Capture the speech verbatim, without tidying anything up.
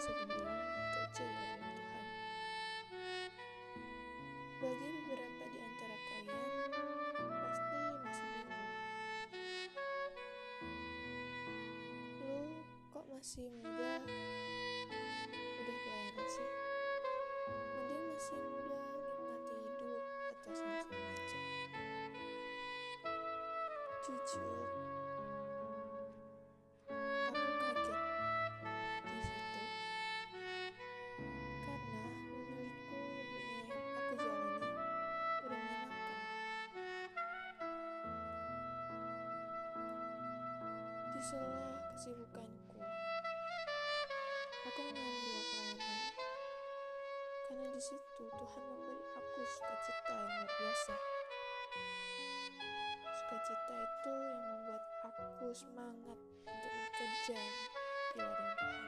bisa dibilang kerja di ladang Tuhan. Bagi beberapa di antara kalian, pasti masih bingung. Lu kok masih muda, udah pelayanan sih? Mending masih muda, nikmati hidup atau senang-senang aja. Jujur, aku kaget di situ. Karena menurutku dunia yang aku jalani udah menyenangkan. Di sela kesibukanku, aku mengambil pelayanan karena di situ Tuhan memberi aku sukacita yang luar biasa. Sukacita itu yang membuat aku semangat untuk bekerja di ladang Tuhan.